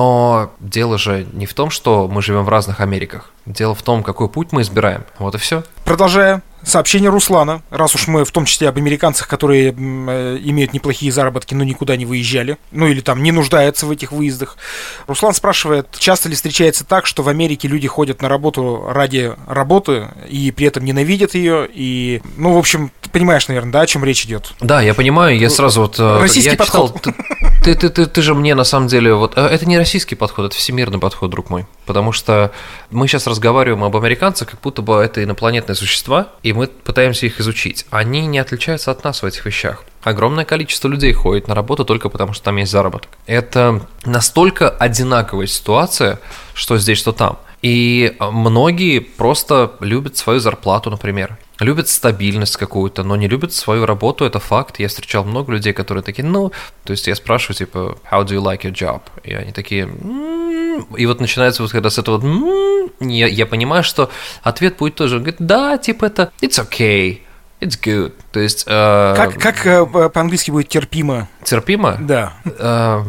Но дело же не в том, что мы живем в разных Америках. Дело в том, какой путь мы избираем. Вот и все. Продолжая. Сообщение Руслана, раз уж мы в том числе об американцах, которые э, имеют неплохие заработки, но никуда не выезжали, ну или там не нуждаются в этих выездах. Руслан спрашивает, часто ли встречается так, что в Америке люди ходят на работу ради работы и при этом ненавидят ее, и, ну, в общем, ты понимаешь, наверное, да, о чем речь идет? Да, я понимаю, я сразу вот... Российский я подход. Читал, ты, ты, ты, ты же мне на самом деле... вот это не российский подход, это всемирный подход, друг мой, потому что мы сейчас разговариваем об американцах, как будто бы это инопланетные существа, и мы пытаемся их изучить. Они не отличаются от нас в этих вещах. Огромное количество людей ходит на работу только потому, что там есть заработок. Это настолько одинаковая ситуация, что здесь, что там. И многие просто любят свою зарплату, например. Любят стабильность какую-то, но не любят свою работу, это факт. Я встречал много людей, которые такие, ну... То есть я спрашиваю, типа, how do you like your job? И они такие... М-м-м". И вот начинается вот когда с этого... М-м-м", я, я понимаю, что ответ будет тоже... Говорит, да, типа это... It's okay. It's good. То есть... Э, как как э, по-английски будет терпимо? Терпимо? Да. Э,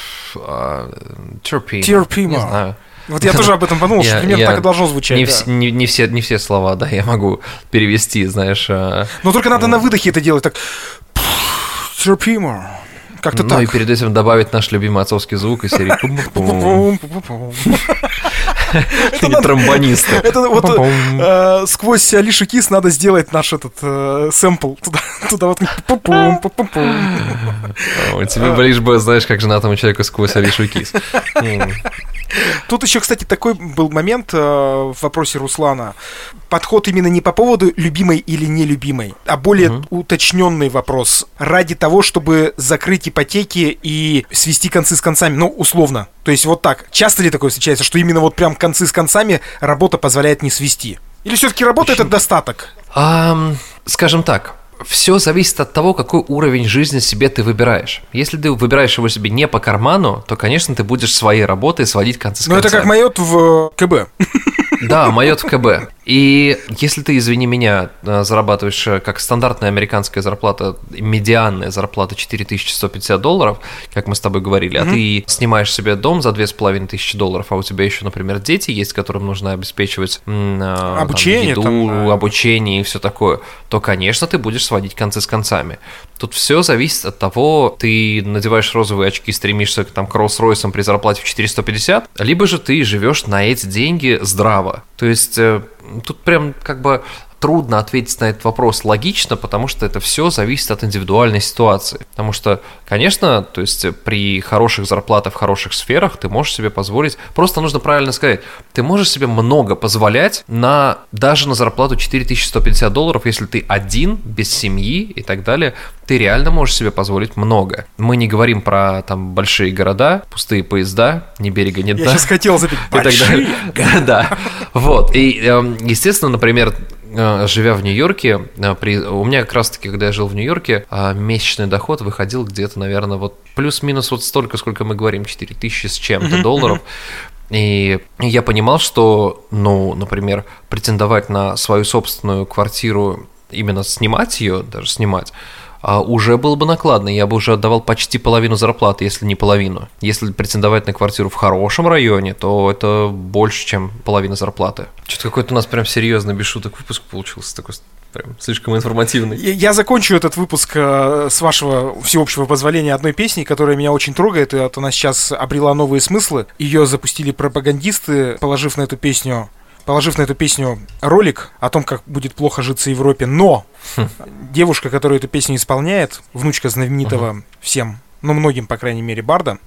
э, терпимо. Терпимо. Не знаю. Вот я тоже об этом подумал, что примерно так и должно звучать. Не, да. в, не, не, все, не все слова, да, я могу перевести, знаешь. Но только надо на выдохе это делать так. Терпимо. Как-то ну так. Ну и перед этим добавить наш любимый отцовский звук из серии пум-пум. Это не тромбонисты. Это вот сквозь Алишу Кис надо сделать наш этот сэмпл. Туда вот пум-пум-пум-пум. Тебе лишь бы, знаешь, как женатому человеку сквозь Алишу Кис. Тут еще, кстати, такой был момент э, в вопросе Руслана. Подход именно не по поводу любимой или нелюбимой, а более uh-huh. уточненный вопрос. Ради того, чтобы закрыть ипотеки и свести концы с концами. Ну, условно. То есть вот так. Часто ли такое встречается, что именно вот прям концы с концами работа позволяет не свести? Или все-таки работа — это достаток? Um, скажем так. Все зависит от того, какой уровень жизни себе ты выбираешь. Если ты выбираешь его себе не по карману, то, конечно, ты будешь своей работой сводить концы с концами. Ну, это как майот в КБ. Да, майот в КБ. И если ты, извини меня, зарабатываешь как стандартная американская зарплата, медианная зарплата четыре тысячи сто пятьдесят долларов, как мы с тобой говорили, mm-hmm. а ты снимаешь себе дом за две с половиной тысячи долларов, а у тебя еще, например, дети есть, которым нужно обеспечивать обучение, там, еду, там, обучение и все такое, то, конечно, ты будешь сводить концы с концами. Тут все зависит от того, ты надеваешь розовые очки, стремишься там, к Роллс-Ройсам при зарплате в четыреста пятьдесят, либо же ты живешь на эти деньги здраво. То есть тут прям как бы трудно ответить на этот вопрос логично, потому что это все зависит от индивидуальной ситуации. Потому что, конечно, то есть при хороших зарплатах в хороших сферах ты можешь себе позволить, просто нужно правильно сказать, ты можешь себе много позволять на, даже на зарплату четыре тысячи сто пятьдесят долларов, если ты один, без семьи и так далее, ты реально можешь себе позволить много. Мы не говорим про там большие города, пустые поезда, ни берега, ни дна. Я сейчас хотел запить большие. Да, вот. И, естественно, например, живя в Нью-Йорке, при... у меня как раз-таки, когда я жил в Нью-Йорке, месячный доход выходил где-то, наверное, вот плюс-минус вот столько, сколько мы говорим, четыре тысячи с чем-то долларов. И я понимал, что, ну, например, претендовать на свою собственную квартиру, именно снимать ее, даже снимать, уже было бы накладно, я бы уже отдавал почти половину зарплаты, если не половину. Если претендовать на квартиру в хорошем районе, то это больше, чем половина зарплаты. Что-то какой-то у нас прям серьезный, без шуток, выпуск получился, такой прям слишком информативный. Я, я закончу этот выпуск э, с вашего всеобщего позволения одной песней, которая меня очень трогает, и вот она сейчас обрела новые смыслы. Ее запустили пропагандисты, положив на эту песню положив на эту песню ролик о том, как будет плохо житься Европе, но хм. девушка, которая эту песню исполняет, внучка знаменитого uh-huh. всем, ну, многим, по крайней мере, барда,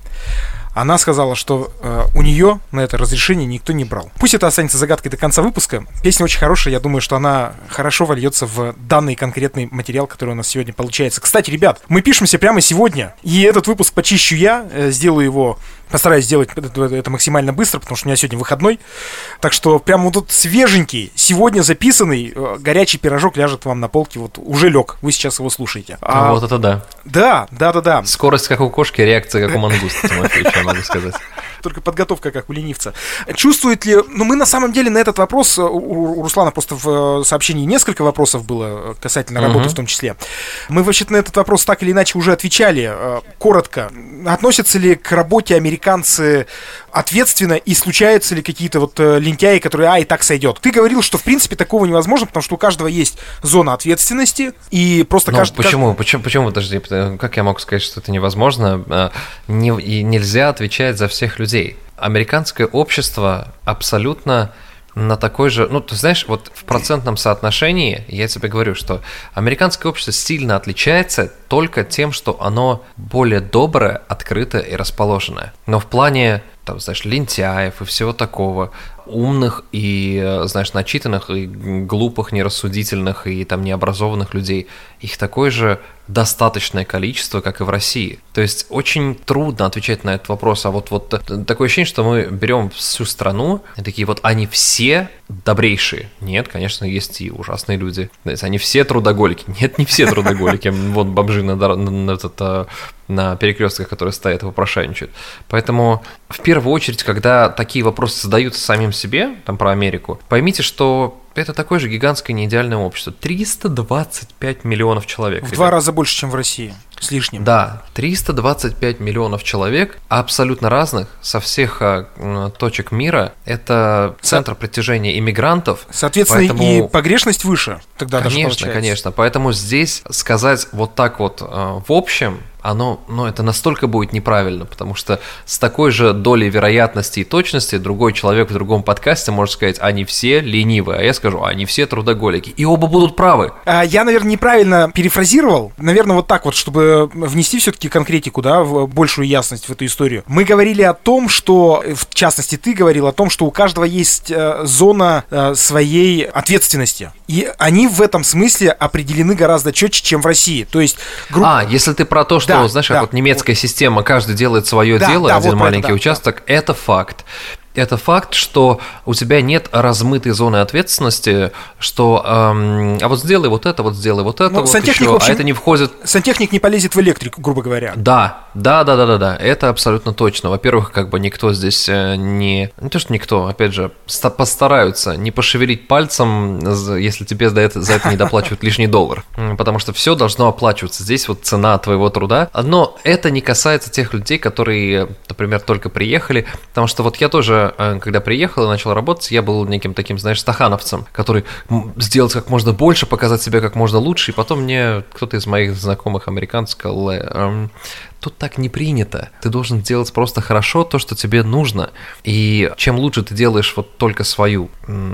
она сказала, что э, у нее на это разрешение никто не брал. Пусть это останется загадкой до конца выпуска. Песня очень хорошая, я думаю, что она хорошо вольется в данный конкретный материал, который у нас сегодня получается. Кстати, ребят, мы пишемся прямо сегодня, и этот выпуск почищу я, э, сделаю его, постараюсь сделать это, это максимально быстро, потому что у меня сегодня выходной. Так что прямо вот тут свеженький, сегодня записанный, э, горячий пирожок ляжет вам на полке, вот уже лег, вы сейчас его слушаете. А, вот это да. Да, да, да, да. Скорость как у кошки, реакция как у мангуста, Тимофей, что могу сказать. Только подготовка как у ленивца. Чувствует ли... Ну, мы на самом деле на этот вопрос... У, у Руслана просто в сообщении несколько вопросов было касательно работы uh-huh. в том числе. Мы вообще-то на этот вопрос так или иначе уже отвечали. Коротко. Относятся ли к работе американцы ответственно и случаются ли какие-то вот лентяи, которые, а, и так сойдет? Ты говорил, что в принципе такого невозможно, потому что у каждого есть зона ответственности, и просто Но каждый... Почему? Каждый... Почему? Почему? Подожди, как я могу сказать, что это невозможно? Не, и нельзя отвечать за всех людей. Американское общество абсолютно на такой же... Ну, ты знаешь, вот в процентном соотношении я тебе говорю, что американское общество сильно отличается только тем, что оно более доброе, открытое и расположенное. Но в плане, там, знаешь, лентяев и всего такого, умных и, знаешь, начитанных и глупых, нерассудительных и там необразованных людей, их такое же достаточное количество, как и в России. То есть очень трудно отвечать на этот вопрос, а вот, вот такое ощущение, что мы берем всю страну и такие вот, они все добрейшие. Нет, конечно, есть и ужасные люди. Они все трудоголики. Нет, не все трудоголики. Вот бомжи на, на, на, на перекрестках, которые стоят и попрошайничают. Поэтому в первую очередь, когда такие вопросы задаются самим себе, там про Америку, поймите, что это такое же гигантское неидеальное общество. триста двадцать пять миллионов человек. В ребят. два раза больше, чем в России. С лишним. Да, триста двадцать пять миллионов человек, абсолютно разных, со всех а, точек мира. Это центр Со... притяжения иммигрантов. Соответственно, поэтому... и погрешность выше тогда конечно, даже получается. Конечно, поэтому здесь сказать вот так вот а, в общем... Оно, ну, это настолько будет неправильно, потому что с такой же долей вероятности и точности другой человек в другом подкасте может сказать, они все ленивые, а я скажу, они все трудоголики, и оба будут правы. А, я, наверное, неправильно перефразировал, наверное, вот так вот, чтобы внести все-таки конкретику, да, в большую ясность в эту историю. Мы говорили о том, что, в частности, ты говорил о том, что у каждого есть э, зона э, своей ответственности, и они в этом смысле определены гораздо четче, чем в России. То есть группа... А, если ты про то, что Что, да, знаешь, да. как вот немецкая система, каждый делает свое да, дело, да, один вот маленький это, да, участок, да. Это факт. Это факт, что у тебя нет размытой зоны ответственности, что эм, а вот сделай вот это, вот сделай вот это, ну, вот еще, общем, а это не входит... Сантехник не полезет в электрику, грубо говоря. Да, да, да, да, да, да, это абсолютно точно. Во-первых, как бы никто здесь не... Не то, что никто, опять же, постараются не пошевелить пальцем, если тебе за это, за это не доплачивают лишний доллар. Потому что все должно оплачиваться. Здесь вот цена твоего труда. Но это не касается тех людей, которые, например, только приехали. Потому что вот я тоже когда приехал и начал работать, я был неким таким, знаешь, стахановцем, который сделать как можно больше, показать себя как можно лучше, и потом мне кто-то из моих знакомых американцев сказал, эм, тут так не принято, ты должен делать просто хорошо то, что тебе нужно, и чем лучше ты делаешь вот только свою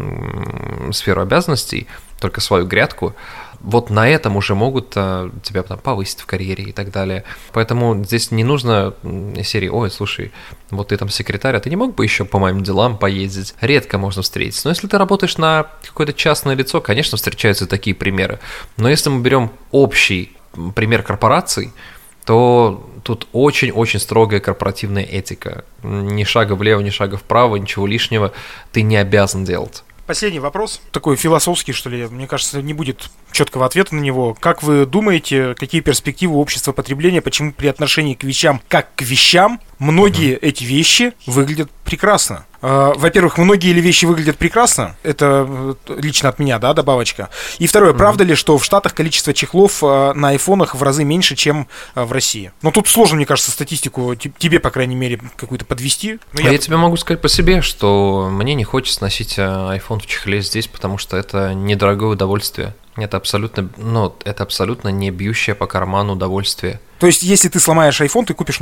м- сферу обязанностей, только свою грядку, вот на этом уже могут а, тебя там повысить в карьере и так далее. Поэтому здесь не нужно серии, ой, слушай, вот ты там секретарь, а ты не мог бы еще по моим делам поездить? Редко можно встретиться. Но если ты работаешь на какое-то частное лицо, конечно, встречаются такие примеры. Но если мы берем общий пример корпораций, то тут очень-очень строгая корпоративная этика. Ни шага влево, ни шага вправо, ничего лишнего ты не обязан делать. Последний вопрос, такой философский, что ли, мне кажется, не будет четкого ответа на него. Как вы думаете, какие перспективы общества потребления, почему при отношении к вещам, как к вещам, многие uh-huh. эти вещи выглядят прекрасно? Во-первых, многие ли вещи выглядят прекрасно? Это лично от меня, да, добавочка. И второе, mm-hmm. правда ли, что в Штатах количество чехлов на айфонах в разы меньше, чем в России? Но тут сложно, мне кажется, статистику тебе, по крайней мере, какую-то подвести. Но я... я тебе могу сказать по себе, что мне не хочется носить iPhone в чехле здесь, потому что это недорогое удовольствие. Это абсолютно, ну, это абсолютно не бьющее по карману удовольствие. То есть, если ты сломаешь iPhone, ты купишь новый?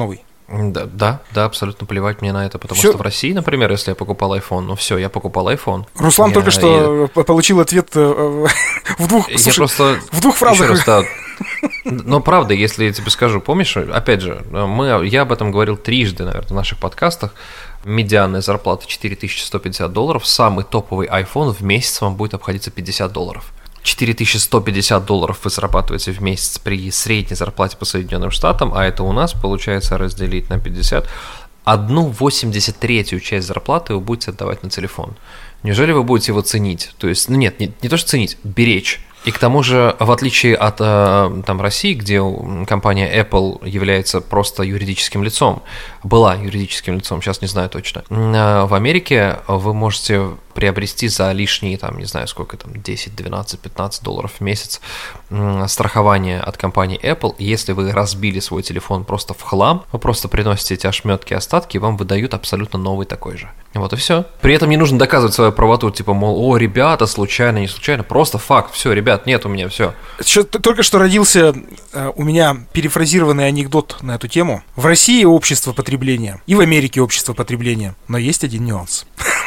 Да, да, да, абсолютно плевать мне на это, потому Всё. что в России, например, если я покупал iPhone, ну все, я покупал iPhone. Руслан Я- только что я... получил ответ э, в двух, Я слушай, просто... в двух фразах. Еще раз, да. Но правда, если я тебе скажу, помнишь, опять же, мы, я об этом говорил трижды, наверное, в наших подкастах. Медианная зарплата четыре тысячи сто пятьдесят долларов, самый топовый iPhone в месяц вам будет обходиться пятьдесят долларов. четыре тысячи сто пятьдесят долларов вы зарабатываете в месяц при средней зарплате по Соединенным Штатам, а это у нас получается разделить на пятьдесят. Одну восемьдесят третью часть зарплаты вы будете отдавать на телефон. Неужели вы будете его ценить? То есть, ну нет, не, не то что ценить, беречь. И к тому же, в отличие от там, России, где компания Apple является просто юридическим лицом, была юридическим лицом, сейчас не знаю точно, в Америке вы можете приобрести за лишние, там, не знаю сколько там, десять, двенадцать, пятнадцать долларов в месяц страхование от компании Apple. И если вы разбили свой телефон просто в хлам, вы просто приносите эти ошметки, остатки, и вам выдают абсолютно новый такой же. Вот и все. При этом не нужно доказывать свою правоту, типа, мол, о, ребята, случайно, не случайно, просто факт, все, ребят, нет у меня, все. Только что родился э, у меня перефразированный анекдот на эту тему. В России общество потребления и в Америке общество потребления, но есть один нюанс.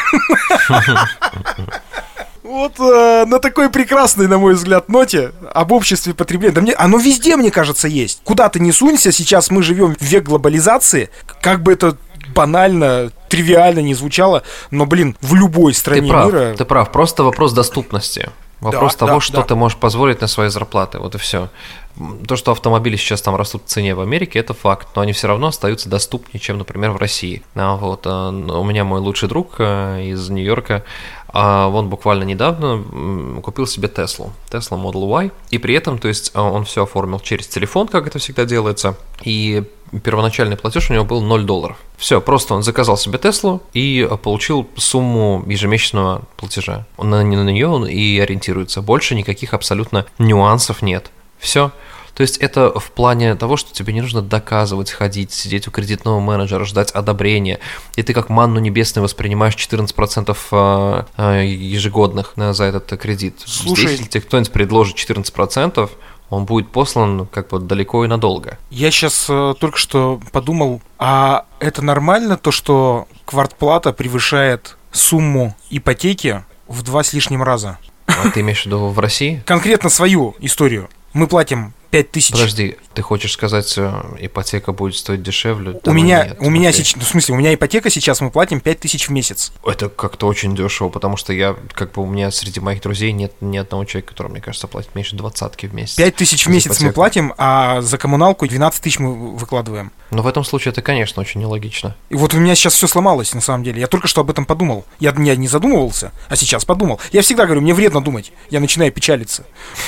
Вот э, на такой прекрасной, на мой взгляд, ноте об обществе потребления. Да мне, оно везде, мне кажется, есть. Куда ты ни сунься, сейчас мы живем в век глобализации. Как бы это банально, тривиально не звучало, но, блин, в любой стране ты прав, мира... Ты прав, просто вопрос доступности. Вопрос да, того, да, что да. ты можешь позволить на свои зарплаты, вот и все. То, что автомобили сейчас там растут в цене в Америке, это факт, но они все равно остаются доступнее, чем, например, в России. А вот а, у меня мой лучший друг а, из Нью-Йорка, а, он буквально недавно м, купил себе Теслу, Tesla Model Y, и при этом, то есть, он все оформил через телефон, как это всегда делается, и первоначальный платеж у него был ноль долларов. Все, просто он заказал себе Теслу и получил сумму ежемесячного платежа. Он на, на нее он и ориентируется. Больше никаких абсолютно нюансов нет. Все. То есть это в плане того, что тебе не нужно доказывать, ходить, сидеть у кредитного менеджера, ждать одобрения, и ты как манну небесную воспринимаешь четырнадцать процентов ежегодных за этот кредит. Слушай, здесь, если тебе кто-нибудь предложит четырнадцать процентов, он будет послан как бы далеко и надолго. Я сейчас э, только что подумал, а это нормально, то, что квартплата превышает сумму ипотеки в два с лишним раза? А ты имеешь в виду в России? Конкретно свою историю. Мы платим пять тысяч. Подожди, ты хочешь сказать, ипотека будет стоить дешевле? У меня, нет, у меня окей. сейчас, в смысле, у меня ипотека сейчас, мы платим пять тысяч в месяц. Это как-то очень дешево, потому что я, как бы у меня среди моих друзей нет ни одного человека, который, мне кажется, платит меньше двадцатки в месяц. пять тысяч в месяц мы платим, а за коммуналку двенадцать тысяч мы выкладываем. Но в этом случае это, конечно, очень нелогично. И вот у меня сейчас все сломалось, на самом деле. Я только что об этом подумал. Я, я не задумывался, а сейчас подумал. Я всегда говорю, мне вредно думать. Я начинаю печалиться.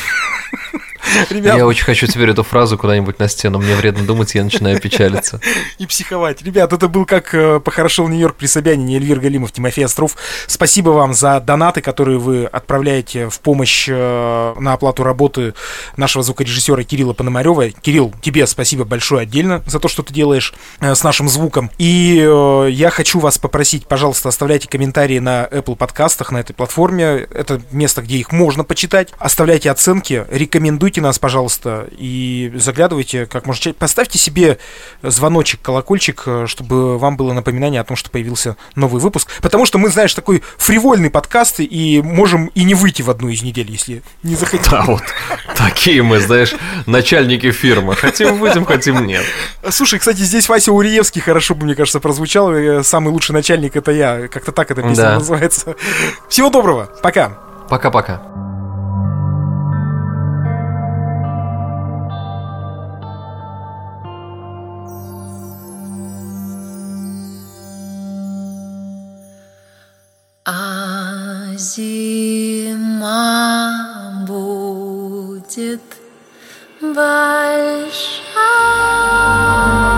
Ребят. Я очень хочу теперь эту фразу куда-нибудь на стену. Мне вредно думать, я начинаю печалиться. И психовать. Ребят, это был «Как э, похорошел Нью-Йорк при Собянине», Эльвир Галимов, Тимофей Остров. Спасибо вам за донаты, которые вы отправляете в помощь э, на оплату работы нашего звукорежиссера Кирилла Пономарева. Кирилл, тебе спасибо большое отдельно за то, что ты делаешь э, с нашим звуком. И э, я хочу вас попросить, пожалуйста, оставляйте комментарии на Apple подкастах, на этой платформе. Это место, где их можно почитать. Оставляйте оценки, рекомендуйте нас, пожалуйста, и заглядывайте как можно чаще. Поставьте себе звоночек, колокольчик, чтобы вам было напоминание о том, что появился новый выпуск. Потому что мы, знаешь, такой фривольный подкаст, и можем и не выйти в одну из недель, если не захотим. Да, вот такие мы, знаешь, начальники фирмы. Хотим выйдем, хотим нет. Слушай, кстати, здесь Вася Уриевский хорошо бы, мне кажется, прозвучал. Самый лучший начальник — это я. Как-то так эта песня да. называется. Всего доброго. Пока. Пока-пока. А зима будет большая.